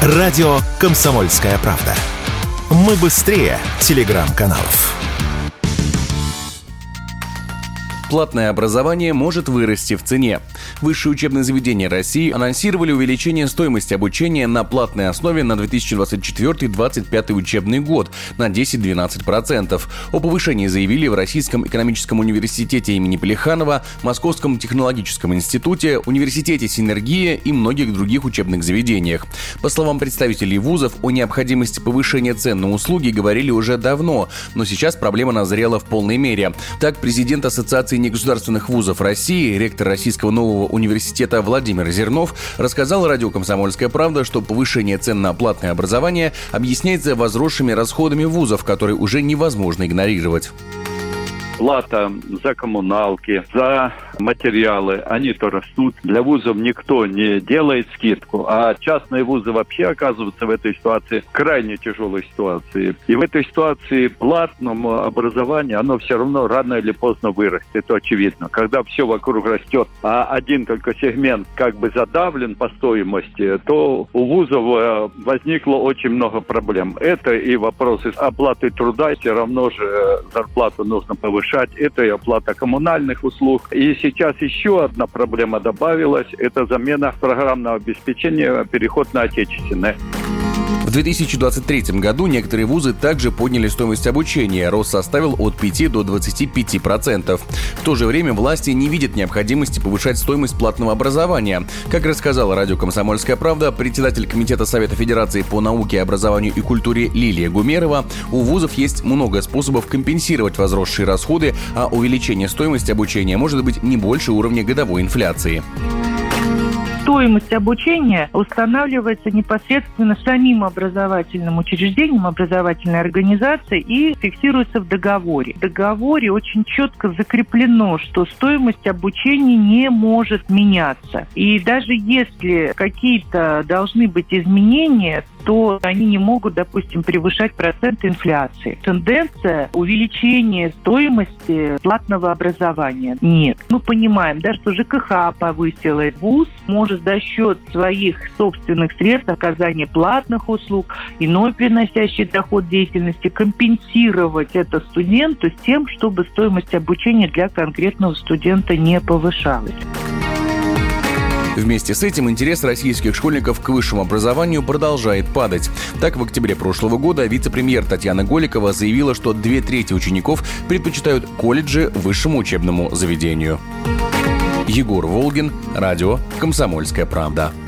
Радио «Комсомольская правда». Мы быстрее телеграм-каналов. Платное образование может вырасти в цене. Высшие учебные заведения России анонсировали увеличение стоимости обучения на платной основе на 2024-2025 учебный год на 10-12%. О повышении заявили в Российском экономическом университете имени Плеханова, Московском технологическом институте, университете «Синергия» и многих других учебных заведениях. По словам представителей вузов, о необходимости повышения цен на услуги говорили уже давно, но сейчас проблема назрела в полной мере. Так, президент Ассоциации негосударственных вузов России, ректор Российского нового университета Владимир Зернов рассказал радио «Комсомольская правда», что повышение цен на платное образование объясняется возросшими расходами вузов, которые уже невозможно игнорировать. Плата за коммуналки, за материалы, они-то растут. Для вузов никто не делает скидку, а частные вузы вообще оказываются в этой ситуации, крайне тяжелой ситуации. И в этой ситуации платному образованию, оно все равно рано или поздно вырастет, это очевидно. Когда все вокруг растет, а один только сегмент как бы задавлен по стоимости, то у вузов возникло очень много проблем. Это и вопросы оплаты труда, все равно же зарплату нужно повышать. Это и оплата коммунальных услуг. И сейчас еще одна проблема добавилась. Это замена программного обеспечения, переход на отечественное. В 2023 году некоторые вузы также подняли стоимость обучения. Рост составил от 5 до 25%. В то же время власти не видят необходимости повышать стоимость платного образования. Как рассказала радио «Комсомольская правда» председатель Комитета Совета Федерации по науке, образованию и культуре Лилия Гумерова, у вузов есть много способов компенсировать возросшие расходы, а увеличение стоимости обучения может быть не больше уровня годовой инфляции. Стоимость обучения устанавливается непосредственно самим образовательным учреждением, образовательной организацией и фиксируется в договоре. В договоре очень четко закреплено, что стоимость обучения не может меняться. И даже если какие-то должны быть изменения, то они не могут, допустим, превышать процент инфляции. Тенденция увеличения стоимости платного образования нет. Мы понимаем, да, что ЖКХ повысила, вуз может за счет своих собственных средств оказания платных услуг, иной приносящий доход деятельности, компенсировать это студенту с тем, чтобы стоимость обучения для конкретного студента не повышалась. Вместе с этим интерес российских школьников к высшему образованию продолжает падать. Так, в октябре прошлого года вице-премьер Татьяна Голикова заявила, что 2/3 учеников предпочитают колледжи высшему учебному заведению. Егор Волгин, радио «Комсомольская правда».